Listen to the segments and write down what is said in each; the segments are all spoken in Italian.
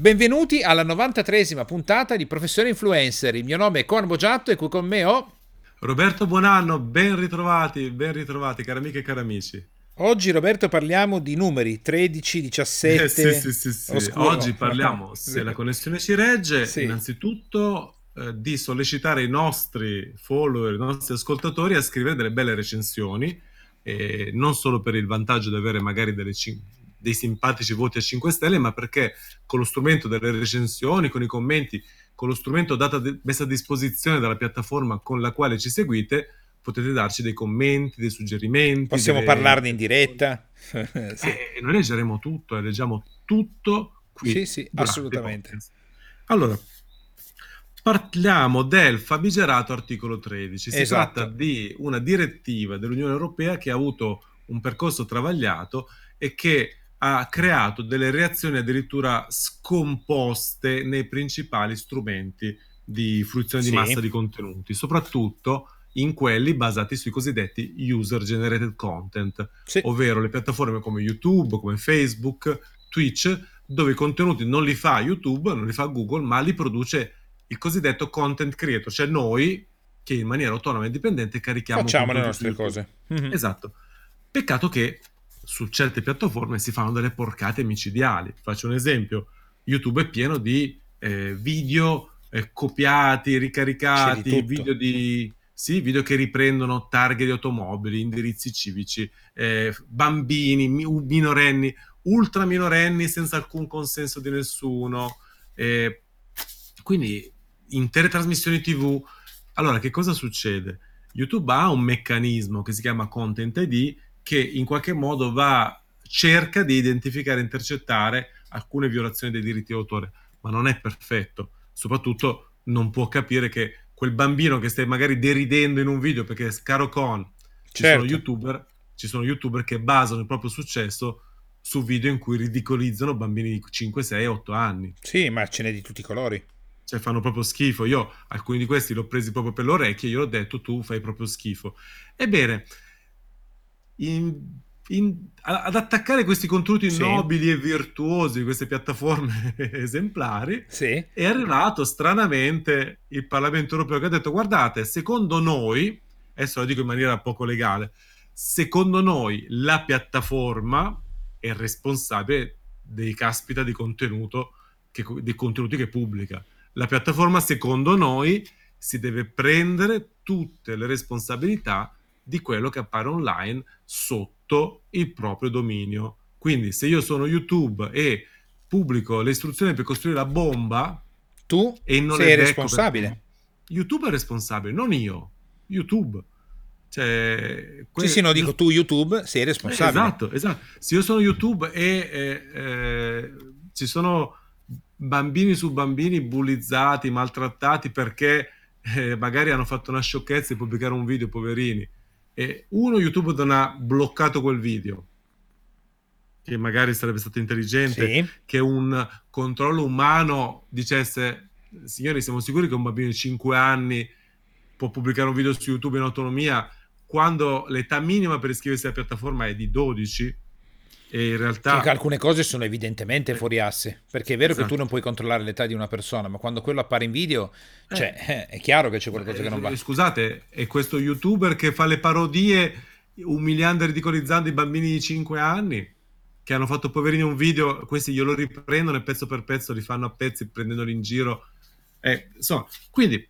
Benvenuti alla 93esima puntata di Professione Influencer. Il mio nome è Con Bogiatto e qui con me ho... Roberto Buonanno, ben ritrovati cari amiche e cari amici. Oggi Roberto parliamo di numeri 13, Sì, sì, 17, sì, sì. oscuro. Oggi parliamo, se la connessione ci regge, Sì, innanzitutto di sollecitare i nostri follower, i nostri ascoltatori a scrivere delle belle recensioni, non solo per il vantaggio di avere magari dei simpatici voti a 5 stelle, ma perché con lo strumento delle recensioni, con i commenti, con lo strumento messo a disposizione dalla piattaforma con la quale ci seguite, potete darci dei commenti, dei suggerimenti, possiamo delle parlarne in indicazioni. diretta. Sì, E noi leggeremo tutto e leggiamo tutto sì, qui sì, durante i assolutamente. podcast. Allora, parliamo del famigerato articolo 13. Si tratta Esatto. di una direttiva dell'Unione Europea che ha avuto un percorso travagliato e che ha creato delle reazioni addirittura scomposte nei principali strumenti di fruizione di Sì, massa di contenuti, soprattutto in quelli basati sui cosiddetti user generated content, sì. ovvero le piattaforme come YouTube, come Facebook, Twitch, dove i contenuti non li fa YouTube, non li fa Google, ma li produce il cosiddetto content creator, cioè noi che in maniera autonoma e indipendente carichiamo Facciamo le contenuti su nostre YouTube. cose. Mhm. Esatto. Peccato che su certe piattaforme si fanno delle porcate micidiali. Faccio un esempio: YouTube è pieno di video copiati, C'è di ricaricati, tutto. video sì, video che riprendono targhe di automobili, indirizzi civici, bambini, minorenni, ultra minorenni senza alcun consenso di nessuno. Eh, quindi intere trasmissioni TV. Allora, che cosa succede? YouTube ha un meccanismo che si chiama Content ID che in qualche modo cerca di identificare e intercettare alcune violazioni dei diritti d'autore, ma non è perfetto. Soprattutto non può capire che quel bambino che stai magari deridendo in un video, perché caro Con, ci sono Certo. youtuber, ci sono youtuber che basano il proprio successo su video in cui ridicolizzano bambini di 5, 6, 8 anni. Sì, ma ce n'è di tutti i colori. Cioè fanno proprio schifo. Io alcuni di questi li ho presi proprio per le orecchie e io ho detto tu fai proprio schifo. Ebbene, in- ad attaccare questi contenuti Sì, nobili e virtuosi di queste piattaforme esemplari sì. è arrivato stranamente il Parlamento europeo che ha detto guardate, secondo noi, adesso lo dico in maniera poco legale, secondo noi la piattaforma è responsabile dei caspita di contenuto dei contenuti che pubblica. La piattaforma, secondo noi, si deve prendere tutte le responsabilità di quello che appare online sotto il proprio dominio. Quindi, se io sono YouTube e pubblico le istruzioni per costruire la bomba Tu e non le sei becco responsabile. perché YouTube è responsabile, non io, YouTube. Cioè, Sì, sì, no, dico tu YouTube sei responsabile. esatto, esatto. Se io sono YouTube e ci sono bambini su bambini bullizzati, maltrattati perché magari hanno fatto una sciocchezza e pubblicare un video, poverini, e uno YouTube non ha bloccato quel video, che magari sarebbe stato intelligente, Sì. che un controllo umano dicesse, signori, siamo sicuri che un bambino di 5 anni può pubblicare un video su YouTube in autonomia quando l'età minima per iscriversi alla piattaforma è di 12 e in Che realtà alcune cose sono evidentemente fuori asse, perché è vero che tu non esatto. puoi controllare l'età di una persona, ma quando quello appare in video, Eh, cioè, è chiaro che c'è ma, qualcosa che non va. scusate, è questo YouTuber che fa le parodie umiliando e ridicolizzando i bambini di 5 anni che hanno fatto poverini un video, questi glielo riprendono e pezzo per pezzo li fanno a pezzi prendendoli in giro. Insomma, quindi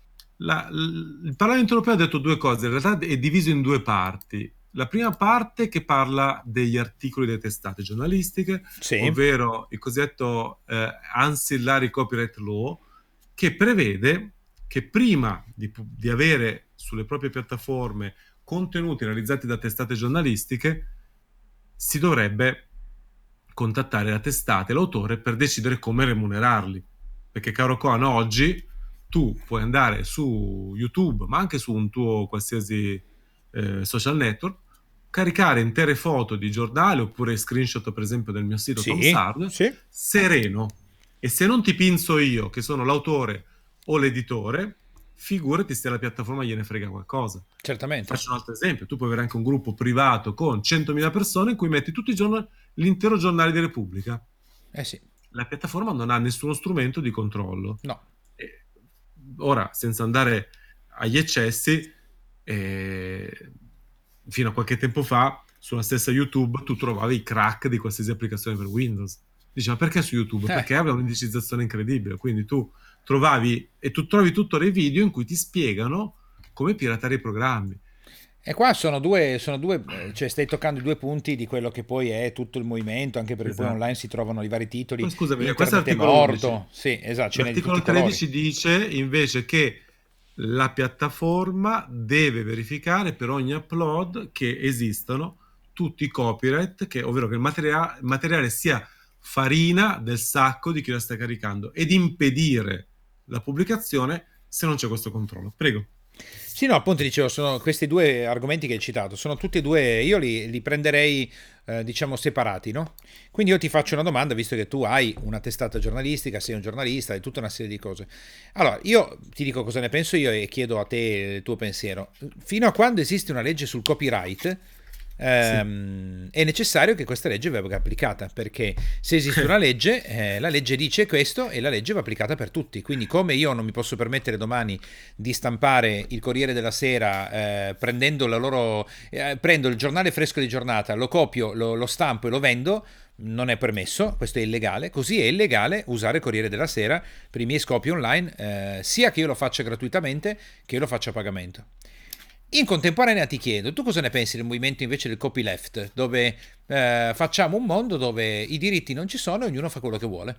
il Parlamento europeo ha detto due cose, in realtà è diviso in due parti. La prima parte che parla degli articoli delle testate giornalistiche, Sì, ovvero il cosiddetto ancillary copyright law, che prevede che prima di avere sulle proprie piattaforme contenuti realizzati da testate giornalistiche, si dovrebbe contattare la testata e l'autore per decidere come remunerarli. Perché, caro Coan, oggi tu puoi andare su YouTube, ma anche su un tuo qualsiasi social network, caricare intere foto di giornale oppure screenshot, per esempio, del mio sito Tom sì, Sard, sì, sereno. E se non ti pinzo io, che sono l'autore o l'editore, figurati se la piattaforma gliene frega qualcosa. certamente. Faccio un altro esempio: tu puoi avere anche un gruppo privato con 100.000 persone in cui metti tutti i giorni l'intero giornale di Repubblica. Eh sì. la piattaforma non ha nessuno strumento di controllo. No. E ora, senza andare agli eccessi, fino a qualche tempo fa, sulla stessa YouTube, tu trovavi i crack di qualsiasi applicazione per Windows. Dici, ma perché su YouTube? Perché aveva un'indicizzazione incredibile. Quindi tu trovavi, e tu trovi tuttora i video in cui ti spiegano come piratare i programmi. E qua cioè stai toccando i due punti di quello che poi è tutto il movimento, anche perché poi Esatto. online si trovano i vari titoli, Poi scusami, questo è internet è l'articolo 11. morto, sì, esatto, ce n'è di tutti L'articolo i colori. 13 dice invece che la piattaforma deve verificare per ogni upload che esistano tutti i copyright, ovvero che il materiale sia farina del sacco di chi la sta caricando, ed impedire la pubblicazione se non c'è questo controllo. Prego. Sì, no, appunto dicevo, sono questi due argomenti che hai citato, sono tutti e due, io li prenderei, diciamo, separati, no? Quindi io ti faccio una domanda, visto che tu hai una testata giornalistica, sei un giornalista, hai tutta una serie di cose. Allora, io ti dico cosa ne penso io e chiedo a te il tuo pensiero. Fino a quando esiste una legge sul copyright, Sì. è necessario che questa legge venga applicata, perché se esiste una legge, la legge dice questo e la legge va applicata per tutti. Quindi come io non mi posso permettere domani di stampare il Corriere della Sera, prendo il giornale fresco di giornata, lo copio, lo stampo e lo vendo, non è permesso, questo è illegale. Così è illegale usare il Corriere della Sera per i miei scopi online, sia che io lo faccia gratuitamente che io lo faccia a pagamento. In contemporanea ti chiedo, tu cosa ne pensi del movimento invece del copyleft, dove facciamo un mondo dove i diritti non ci sono e ognuno fa quello che vuole?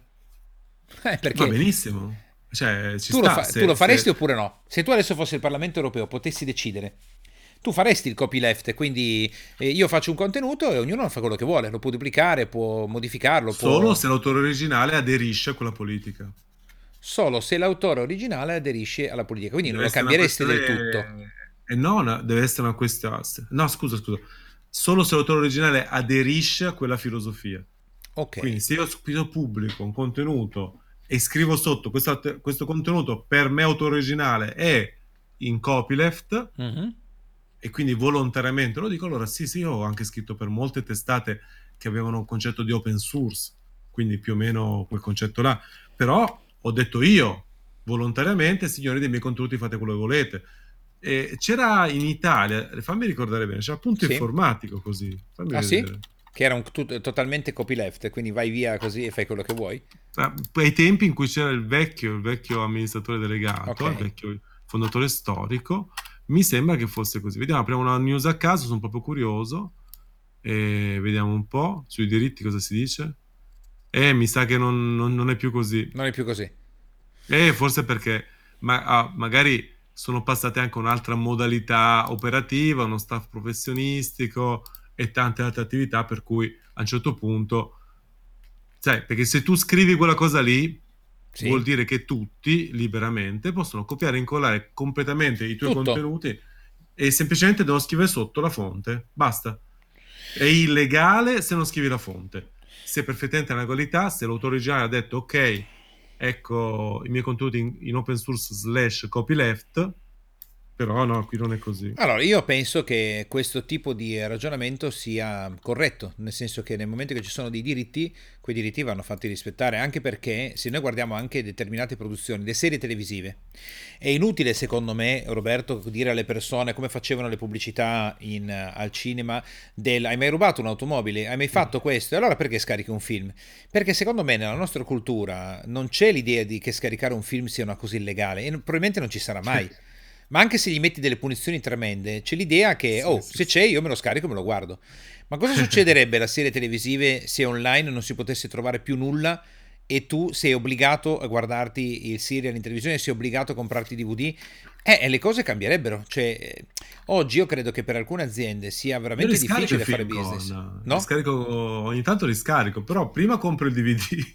Va Perché benissimo. Cioè, ci tu lo, sta. tu lo faresti oppure no? Se tu adesso fossi il Parlamento europeo, potessi decidere, tu faresti il copyleft, quindi io faccio un contenuto e ognuno fa quello che vuole, lo può duplicare, può modificarlo, Solo può... se l'autore originale aderisce a quella politica. Solo se l'autore originale aderisce alla politica, quindi non Deve lo essere una cambieresti del tutto. questione... E non deve essere una questione... No, scusa. Solo se l'autore originale aderisce a quella filosofia. Ok. Quindi se io pubblico un contenuto e scrivo sotto questo contenuto per me autore originale è in copyleft, Mhm. e quindi volontariamente lo dico, allora sì, io ho anche scritto per molte testate che avevano un concetto di open source, quindi più o meno quel concetto là, però ho detto io volontariamente, signori dei miei contenuti fate quello che volete. E c'era in Italia, fammi ricordare bene, c'era Punto Sì. Informatico così, fammi Ah sì? vedere. Che era totalmente copyleft, quindi vai via così e fai quello che vuoi? Ai tempi in cui c'era il vecchio amministratore Ok. delegato, il vecchio fondatore storico, mi sembra che fosse così. Vediamo, apriamo una news a caso, sono proprio curioso. E vediamo un po' sui diritti cosa si dice. Mi sa che non è più così. Non è più così. Forse perché magari sono passate anche un'altra modalità operativa, uno staff professionistico e tante altre attività, per cui a un certo punto, sai, perché se tu scrivi quella cosa lì, vuol Sì? dire che tutti liberamente possono copiare e incollare completamente i tuoi Tutto. contenuti e semplicemente devono scrivere sotto la fonte. Basta. È illegale se non scrivi la fonte. Se è perfettamente una qualità, se l'autore originale ha detto ok, ecco i miei contenuti in open source / copyleft, però no, qui non è così. Allora, io penso che questo tipo di ragionamento sia corretto, nel senso che nel momento che ci sono dei diritti, quei diritti vanno fatti rispettare, anche perché se noi guardiamo anche determinate produzioni, le serie televisive, è inutile secondo me, Roberto, dire alle persone come facevano le pubblicità al cinema del hai mai rubato un'automobile, hai mai fatto questo, e allora perché scarichi un film? Perché secondo me nella nostra cultura non c'è l'idea di che scaricare un film sia una cosa illegale e probabilmente non ci sarà mai. Ma anche se gli metti delle punizioni tremende, c'è l'idea che, Sì, oh, sì, se sì. c'è io me lo scarico e me lo guardo. Ma cosa succederebbe alle serie televisive se online non si potesse trovare più nulla e tu sei obbligato a guardarti il serial in televisione, sei obbligato a comprarti i DVD? E le cose cambierebbero. Cioè, oggi io credo che per alcune aziende sia Io veramente riscarico i difficile fare film business, no? ogni tanto riscarico, però prima compro il DVD.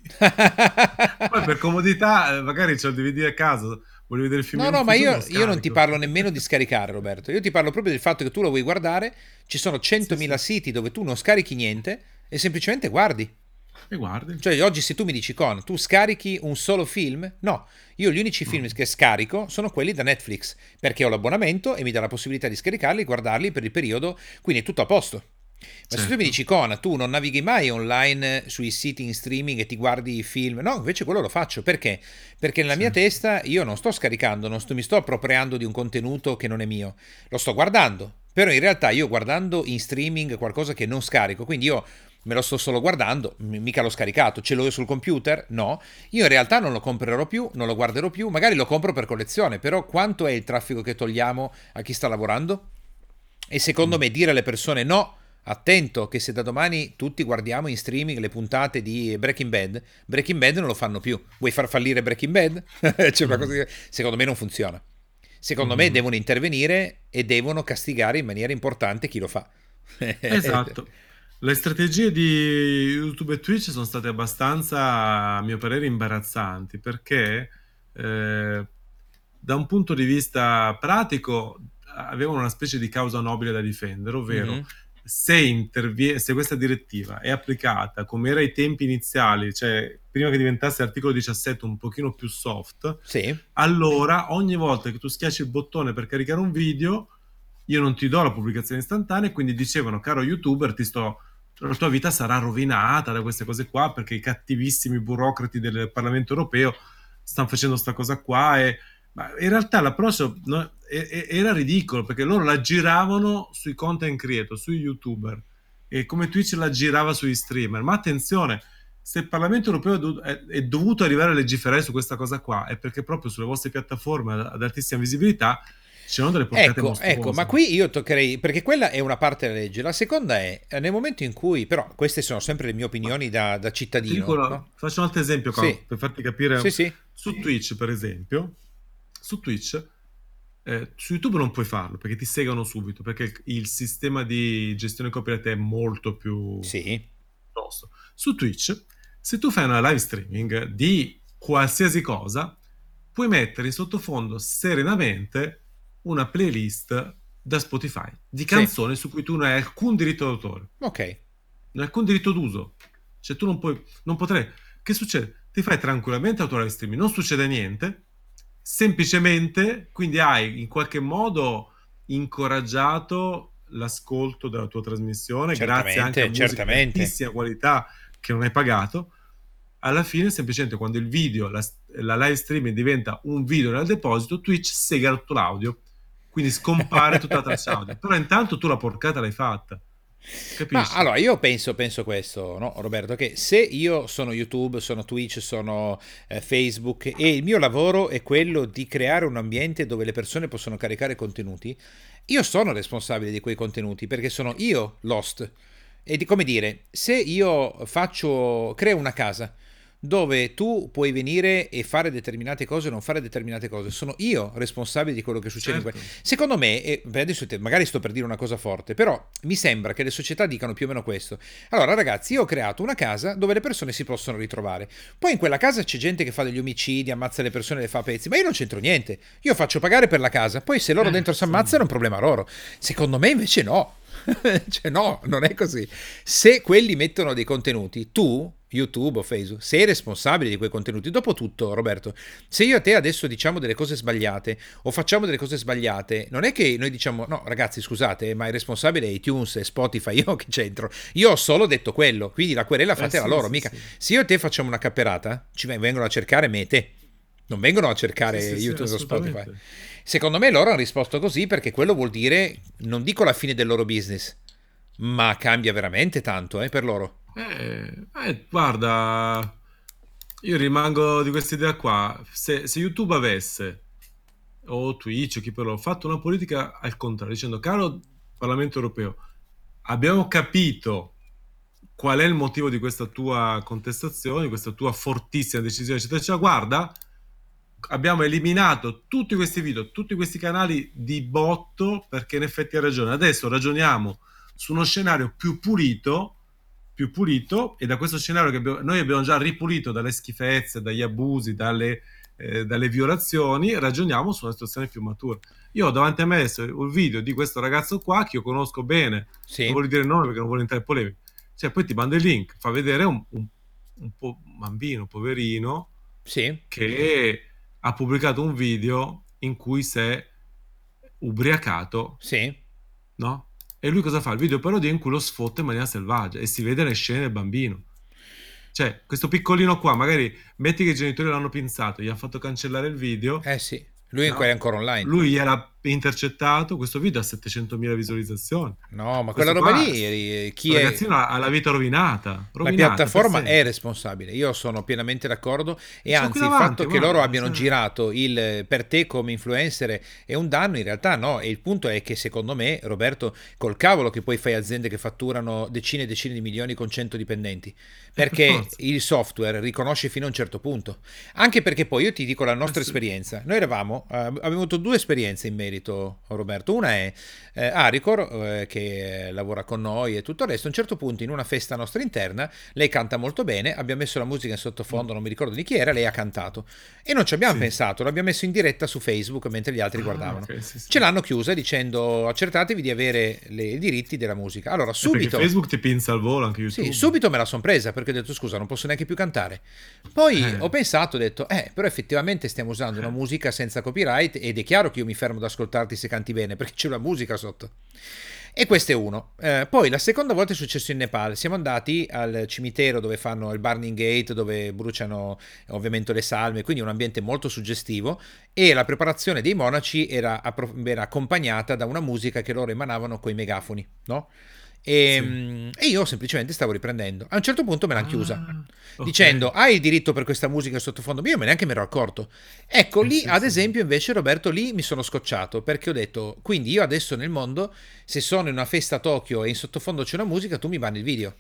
Poi per comodità, magari c'ho il DVD a casa, voglio vedere il film No, in no, ma ufficio, me lo io non ti scarico. parlo nemmeno di scaricare, Roberto. Io ti parlo proprio del fatto che tu lo vuoi guardare, ci sono Sì, 100.000 sì. siti dove tu non scarichi niente e semplicemente guardi. E guardi. Cioè, oggi se tu mi dici con, tu scarichi un solo film? No, io gli unici film No. che scarico sono quelli da Netflix, perché ho l'abbonamento e mi dà la possibilità di scaricarli e guardarli per il periodo, quindi è tutto a posto. Ma se tu mi certo. dici, Cona, tu non navighi mai online sui siti in streaming e ti guardi i film? No, invece quello lo faccio. Perché? Perché nella mia Certo. testa io non sto scaricando, mi sto appropriando di un contenuto che non è mio. Lo sto guardando. Però in realtà io guardando in streaming qualcosa che non scarico, quindi io me lo sto solo guardando, mica l'ho scaricato, ce l'ho io sul computer? No. Io in realtà non lo comprerò più, non lo guarderò più, magari lo compro per collezione, però quanto è il traffico che togliamo a chi sta lavorando? E secondo Mm. me dire alle persone no, attento che se da domani tutti guardiamo in streaming le puntate di Breaking Bad non lo fanno più. Vuoi far fallire Breaking Bad? C'è una cosa Mhm. che secondo me non funziona. Secondo me Mhm. devono intervenire e devono castigare in maniera importante chi lo fa. Esatto. Le strategie di YouTube e Twitch sono state abbastanza, a mio parere, imbarazzanti perché da un punto di vista pratico avevano una specie di causa nobile da difendere, ovvero Mhm. se questa direttiva è applicata come era ai tempi iniziali, cioè prima che diventasse l'articolo 17 un pochino più soft, Sì, allora ogni volta che tu schiacci il bottone per caricare un video, io non ti do la pubblicazione istantanea, e quindi dicevano, caro YouTuber, la tua vita sarà rovinata da queste cose qua perché i cattivissimi burocrati del Parlamento europeo stanno facendo questa cosa qua. Ma in realtà l'approccio no, era ridicolo perché loro la giravano sui content creator, sui YouTuber, e come Twitch la girava sugli streamer. Ma attenzione, se il Parlamento europeo è dovuto arrivare a legiferare su questa cosa qua, è perché proprio sulle vostre piattaforme ad altissima visibilità c'erano delle porcate ecco, ma mostruose. qui io toccherei, perché quella è una parte della legge, la seconda è nel momento in cui, però queste sono sempre le mie Ma opinioni da ti dico, cittadino, no? faccio un altro esempio qua, Sì, per farti sì, capire. sì, Su Twitch, per esempio, su Twitch, su YouTube non puoi farlo perché ti segano subito, perché il sistema di gestione copyright è molto più sì, tosto. Su Twitch, se tu fai una live streaming di qualsiasi cosa, puoi mettere in sottofondo serenamente una playlist da Spotify di sì, canzoni su cui tu non hai alcun diritto d'autore, ok. non hai alcun diritto d'uso. Cioè tu non potrai. Che succede? Ti fai tranquillamente auto live streaming, non succede niente, semplicemente quindi hai in qualche modo incoraggiato l'ascolto della tua trasmissione grazie anche a Certamente, musica di certamente. altissima qualità che non hai pagato. Alla fine, semplicemente quando il video, la live streaming diventa un video nel deposito, Twitch sega tutto l'audio, quindi scompare tutta la traccia audio. Però intanto tu la porcata l'hai fatta, Ma capisci? allora io penso questo, no, Roberto, che se io sono YouTube, sono Twitch, sono Facebook e il mio lavoro è quello di creare un ambiente dove le persone possono caricare contenuti, io sono responsabile di quei contenuti perché sono io l'host. E di come dire, se io creo una casa dove tu puoi venire e fare determinate cose o non fare determinate cose, sono io responsabile di quello che succede in quel. Certo. Secondo me, e adesso magari sto per dire una cosa forte, però mi sembra che le società dicano più o meno questo. Allora, ragazzi, io ho creato una casa dove le persone si possono ritrovare. Poi in quella casa c'è gente che fa degli omicidi, ammazza le persone, le fa a pezzi, ma io non c'entro niente. Io faccio pagare per la casa, poi se loro dentro si ammazzano è Insomma. un problema loro. Secondo me invece no. Cioè no, non è così. Se quelli mettono dei contenuti, tu, YouTube o Facebook, sei responsabile di quei contenuti. Dopotutto, Roberto, se io e te adesso diciamo delle cose sbagliate o facciamo delle cose sbagliate, non è che noi diciamo no, ragazzi, scusate, ma il responsabile è iTunes e Spotify, io che c'entro? Io ho solo detto quello, quindi la querela fatela Sì, loro, sì, mica. sì. Se io e te facciamo una capperata, ci vengono a cercare me e te. Non vengono a Sì, cercare sì, sì, YouTube o Spotify. assolutamente. Secondo me loro hanno risposto così perché quello vuol dire, non dico la fine del loro business, ma cambia veramente tanto per loro. Guarda, io rimango di questa idea qua. Se YouTube avesse, o Twitch, o chi per loro, fatto una politica al contrario, dicendo, caro Parlamento europeo, abbiamo capito qual è il motivo di questa tua contestazione, di questa tua fortissima decisione, eccetera, eccetera. Guarda, abbiamo eliminato tutti questi video, tutti questi canali di botto perché in effetti hai ragione. Adesso ragioniamo su uno scenario più pulito, e da questo scenario che noi abbiamo già ripulito dalle schifezze, dagli abusi, dalle violazioni, ragioniamo su una situazione più matura. Io ho davanti a me adesso un video di questo ragazzo qua che io conosco bene, non Sì, voglio dire il nome perché non voglio entrare in polemica. Cioè, poi ti mando il link, fa vedere un bambino poverino sì, che ha pubblicato un video in cui si è ubriacato, sì, no? E lui cosa fa? Il video parodia in cui lo sfotta in maniera selvaggia e si vede le scene del bambino. Cioè, questo piccolino qua, magari metti che i genitori l'hanno pinzato, gli ha fatto cancellare il video, Eh sì, lui è no? ancora online. Lui era intercettato, questo video ha 700.000 visualizzazioni. No, ma quella Questo roba qua, lì, questo chi è... ragazzino ha la vita rovinata, La rovinata per piattaforma è sempre. responsabile, io sono pienamente d'accordo e Ce l'ho qui anzi il davanti, fatto che loro guarda. abbiano Cioè, girato il per te come influencer è un danno, in realtà no, e il punto è che secondo me, Roberto, col cavolo che poi fai aziende che fatturano decine e decine di milioni con 100 dipendenti, è per perché forza. il software riconosce fino a un certo punto, anche perché poi io ti dico la Eh nostra sì. esperienza, noi eravamo, abbiamo avuto due esperienze in merito, Roberto, una è Aricor che lavora con noi e tutto il resto, a un certo punto in una festa nostra interna lei canta molto bene, abbiamo messo la musica in Mm. sottofondo, non mi ricordo di chi era, lei ha cantato e non ci abbiamo Sì. pensato, l'abbiamo messo in diretta su Facebook mentre gli altri Ah, guardavano. ok, sì, Ce sì. l'hanno chiusa dicendo accertatevi di avere i diritti della musica. Allora E perché subito, Facebook ti pinza al volo, anche sì, YouTube. subito me la son presa perché ho detto scusa non posso neanche più cantare. Poi ho Eh, pensato, ho detto però effettivamente stiamo usando una musica senza copyright ed è chiaro che io mi fermo ad ascoltarti se canti bene perché c'è la musica sotto. E questo è uno. Poi la seconda volta è successo in Nepal. Siamo andati al cimitero dove fanno il Burning Gate, dove bruciano ovviamente le salme, quindi un ambiente molto suggestivo. E la preparazione dei monaci era accompagnata da una musica che loro emanavano con i megafoni, no? sì. E io semplicemente stavo riprendendo. A un certo punto me l'hanno chiusa Ah, ok. dicendo hai il diritto per questa musica in sottofondo. Io neanche mi ero accorto. Ecco lì Sì, ad sì. esempio invece Roberto lì mi sono scocciato perché ho detto quindi io adesso nel mondo se sono in una festa a Tokyo e in sottofondo c'è una musica tu mi banni il video.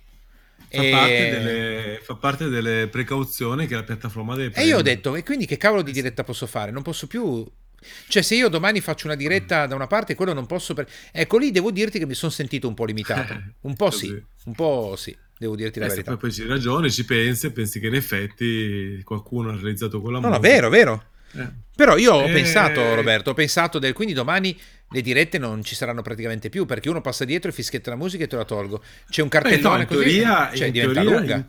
E... Fa parte delle precauzioni che la piattaforma deve e io ho prendere. detto e quindi che cavolo di Sì. diretta posso fare? Non posso più... Cioè se io domani faccio una diretta da una parte quello non posso... Ecco lì devo dirti che mi sono sentito un po' limitato. Così. Un po' sì, devo dirti la Se verità. poi ci ragioni, ci pensi e pensi che in effetti qualcuno ha realizzato quella No, no, vero, musica. vero. Eh. Però io ho pensato, E... Roberto, ho pensato del quindi domani le dirette non ci saranno praticamente più perché uno passa dietro e fischietta la musica e te la tolgo. C'è un Beh, no, cartellone così, cioè in diventa teoria lunga.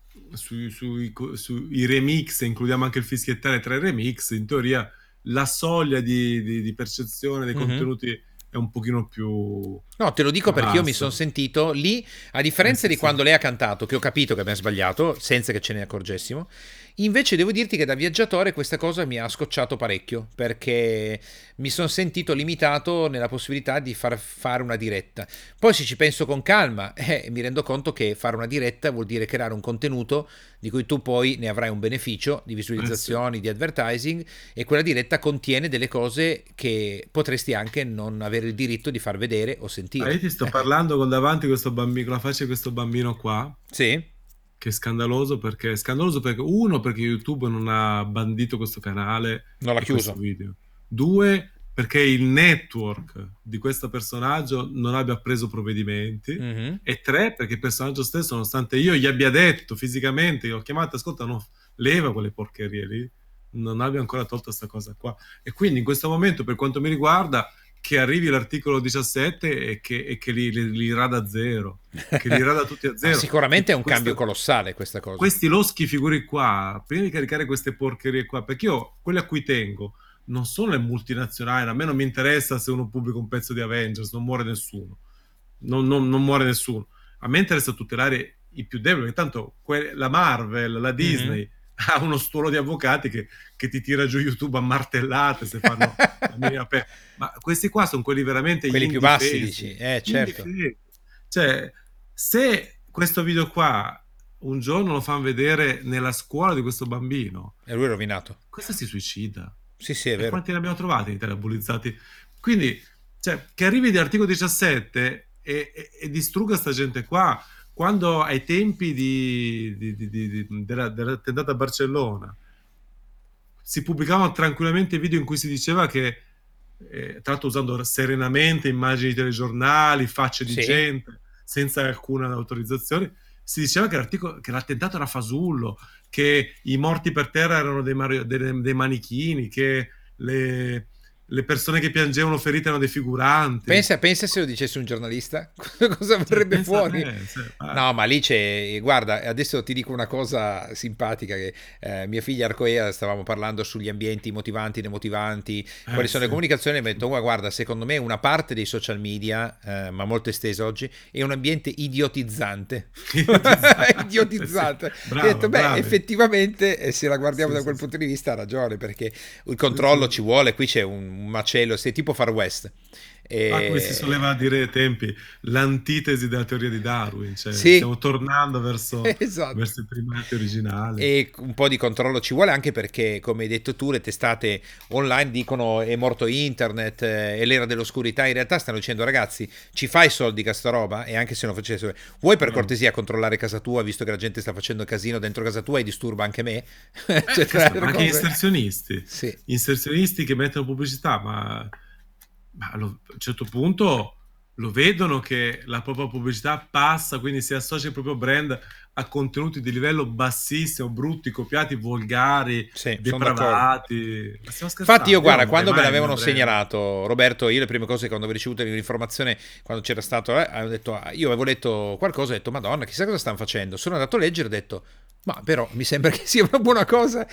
sui remix, includiamo anche il fischiettare tra i remix, in teoria la soglia di percezione dei Mhm. contenuti è un pochino più No, te lo dico perché io mi sono bassa. sentito lì, a differenza Sì, di sì. quando lei ha cantato, che ho capito che abbiamo sbagliato, senza che ce ne accorgessimo, invece devo dirti che da viaggiatore questa cosa mi ha scocciato parecchio, perché mi sono sentito limitato nella possibilità di far fare una diretta. Poi se ci penso con calma, mi rendo conto che fare una diretta vuol dire creare un contenuto di cui tu poi ne avrai un beneficio di Sì. visualizzazioni, di advertising e quella diretta contiene delle cose che potresti anche non avere il diritto di far vedere o Io sentire. ti sto parlando con davanti questo bambino, con la faccia di questo bambino qua, Sì? che è scandaloso perché uno, perché YouTube non ha bandito questo canale Non l'ha e questo chiuso. video. Due, perché il network di questo personaggio non abbia preso provvedimenti. Mhm. E tre, perché il personaggio stesso, nonostante io gli abbia detto fisicamente, io ho chiamato, ascolta, no, leva quelle porcherie lì, non abbia ancora tolto questa cosa qua. E quindi in questo momento, per quanto mi riguarda, che arrivi l'articolo 17 e che li rada a zero, che li rada tutti a Ma zero. sicuramente è un cambio Questa, colossale questa cosa. questi loschi figuri qua, prima di caricare queste porcherie qua, perché io quelle a cui tengo non sono le multinazionali, a me non mi interessa se uno pubblica un pezzo di Avengers, non muore nessuno, non muore nessuno, a me interessa tutelare i più deboli, perché tanto la Marvel, la Mhm. Disney ha uno stuolo di avvocati che ti tira giù YouTube a martellate se fanno la minima ma questi qua sono quelli veramente gli Quelli più bassi, indifesi, dici? gli Certo. indifesi. Cioè, se questo video qua un giorno lo fanno vedere nella scuola di questo bambino, E lui è rovinato. questo si suicida. Sì, sì, è E vero. quanti ne abbiamo trovati in Italia bullizzati? Quindi, cioè, che arrivi di articolo 17 e distrugga sta gente qua, quando ai tempi dell'attentato a Barcellona si pubblicavano tranquillamente video in cui si diceva che, tra l'altro usando serenamente immagini di telegiornali, facce di Sì. gente, senza alcuna autorizzazione, si diceva che l'attentato era fasullo, che i morti per terra erano dei manichini, che le, le persone che piangevano ferite erano dei figuranti. Pensa se lo dicesse un giornalista, cosa Cioè, verrebbe pensa a fuori? te, cioè, No, ma lì c'è, guarda, adesso ti dico una cosa simpatica, che mia figlia Arcoea, stavamo parlando sugli ambienti motivanti, demotivanti, quali sono le sì. comunicazioni, e mi ha detto, guarda, secondo me una parte dei social media, ma molto esteso oggi, è un ambiente idiotizzante. Idiotizzante, sì. Idiotizzante. E ho detto, Bravo, beh, bravi. effettivamente, se la guardiamo Sì, da sì, quel sì. punto di vista ha ragione, perché il Sì, sì. controllo ci vuole, qui c'è un macello, sei tipo Far West. Ah, come si E... soleva dire ai tempi, l'antitesi della teoria di Darwin, cioè Sì, stiamo tornando verso, esatto. verso i primati originali. E un po' di controllo ci vuole anche perché, come hai detto tu, le testate online dicono è morto internet, è l'era dell'oscurità. In realtà stanno dicendo, ragazzi, ci fai soldi con sta roba? E anche se non facesse, vuoi per Bravo. cortesia controllare casa tua, visto che la gente sta facendo casino dentro casa tua e disturba anche me? Cioè, tra le Caspita, ma altre anche gli cose. inserzionisti, Sì. inserzionisti che mettono pubblicità, ma a un certo punto lo vedono che la propria pubblicità passa, quindi si associa il proprio brand a contenuti di livello bassissimo, brutti, copiati, volgari, Sì, sono d'accordo. depravati. Ma stiamo Infatti io scherzando? Io guarda, non vorrei quando me mai il mio l'avevano brand. segnalato, Roberto, io le prime cose quando ho ricevuto l'informazione, quando c'era stato, avevo detto, io avevo letto qualcosa, ho detto, Madonna, chissà cosa stanno facendo. Sono andato a leggere e ho detto, ma però mi sembra che sia una buona cosa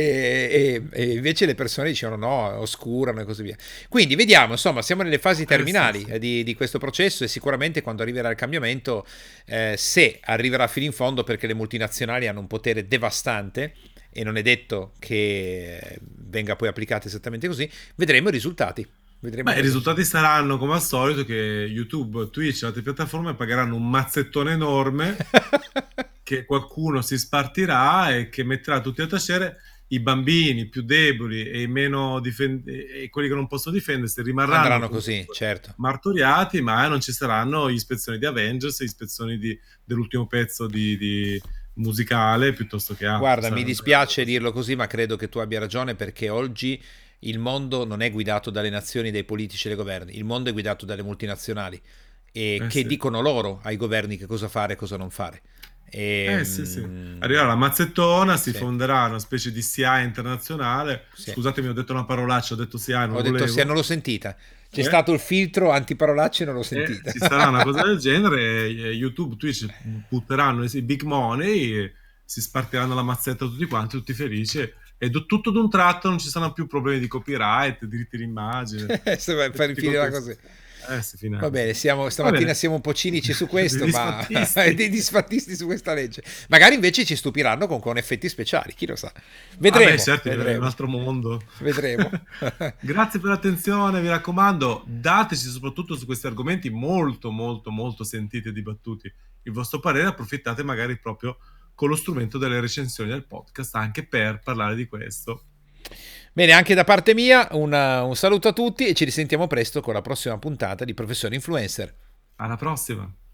e invece le persone dicevano no, oscurano e così via. Quindi vediamo, insomma, siamo nelle fasi Sì, terminali sì. di questo processo e sicuramente quando arriverà il cambiamento, se arriverà fino in fondo perché le multinazionali hanno un potere devastante e non è detto che venga poi applicata esattamente così, vedremo i risultati. Vedremo Beh, i cosa risultati succede. saranno come al solito che YouTube, Twitch e altre piattaforme pagheranno un mazzettone enorme che qualcuno si spartirà e che metterà tutti a tacere. I bambini più deboli e i meno e quelli che non possono difendersi rimarranno Andranno così, comunque certo. martoriati, ma non ci saranno ispezioni di Avengers, ispezioni dell'ultimo pezzo musicale piuttosto che altro. Guarda, mi Saranno andando dispiace così. dirlo così, ma credo che tu abbia ragione perché oggi il mondo non è guidato dalle nazioni, dai politici e dai governi, il mondo è guidato dalle multinazionali e Eh che sì. dicono loro ai governi che cosa fare e cosa non fare. E, Sì, sì. Arriverà la mazzettona, si sì, fonderà una specie di SIA internazionale. sì. Scusatemi, ho detto una parolaccia, ho detto SIA, Ho non detto se volevo. non l'ho sentita. C'è Eh, stato il filtro antiparolacce e non l'ho sentita. ci sarà una cosa del genere. YouTube, Twitch butteranno i big money, si spartiranno la mazzetta tutti quanti, tutti felici. E tutto d'un tratto non ci saranno più problemi di copyright, diritti d'immagine Se vai a e fare tutti finire la questi. così. Si Va bene, finalmente. Va stamattina bene. siamo un po' cinici su questo, Degli ma sfattisti. dei disfattisti su questa legge. Magari invece ci stupiranno con effetti speciali, chi lo sa. Ah beh, Vedremo, certo, è un vedremo, altro mondo. vedremo. Grazie per l'attenzione, mi raccomando, dateci soprattutto su questi argomenti molto, molto, molto sentiti e dibattuti il vostro parere, approfittate magari proprio con lo strumento delle recensioni del podcast anche per parlare di questo. Bene, anche da parte mia un saluto a tutti e ci risentiamo presto con la prossima puntata di Professore Influencer. Alla prossima!